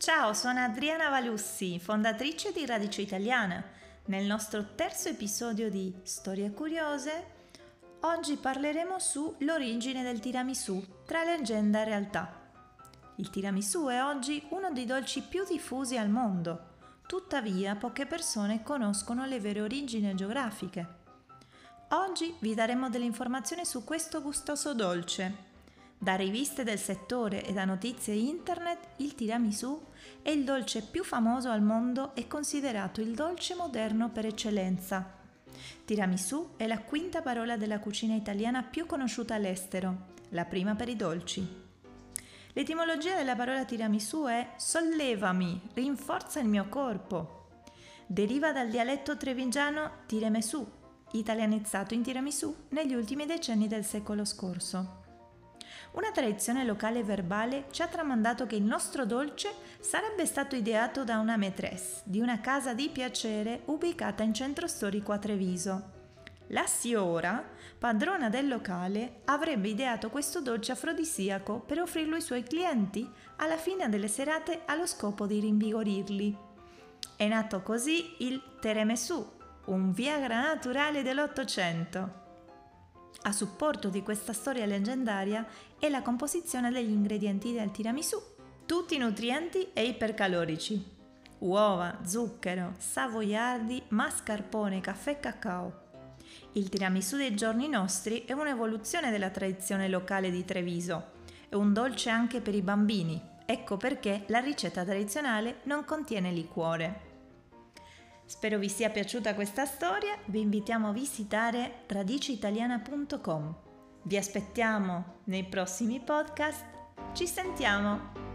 Ciao, sono Adriana Valussi, fondatrice di Radice Italiana. Nel nostro terzo episodio di Storie Curiose, oggi parleremo sull'origine del tiramisù tra leggenda e realtà. Il tiramisù è oggi uno dei dolci più diffusi al mondo, tuttavia poche persone conoscono le vere origini geografiche. Oggi vi daremo delle informazioni su questo gustoso dolce. Da riviste del settore e da notizie internet, il tiramisù è il dolce più famoso al mondo e considerato il dolce moderno per eccellenza. Tiramisù è la quinta parola della cucina italiana più conosciuta all'estero, la prima per i dolci. L'etimologia della parola tiramisù è sollevami, rinforza il mio corpo. Deriva dal dialetto trevigiano tiremesù, italianizzato in tiramisù negli ultimi decenni del secolo scorso. Una tradizione locale verbale ci ha tramandato che il nostro dolce sarebbe stato ideato da una maîtresse di una casa di piacere ubicata in centro storico a Treviso. La signora, padrona del locale, avrebbe ideato questo dolce afrodisiaco per offrirlo ai suoi clienti alla fine delle serate allo scopo di rinvigorirli. È nato così il tiramisù, un Viagra naturale dell'Ottocento. A supporto di questa storia leggendaria è la composizione degli ingredienti del tiramisù, tutti nutrienti e ipercalorici: uova, zucchero, savoiardi, mascarpone, caffè e cacao. Il tiramisù dei giorni nostri è un'evoluzione della tradizione locale di Treviso. È un dolce anche per i bambini, ecco perché la ricetta tradizionale non contiene liquore. Spero vi sia piaciuta questa storia, vi invitiamo a visitare radiciitaliana.com. Vi aspettiamo nei prossimi podcast, ci sentiamo!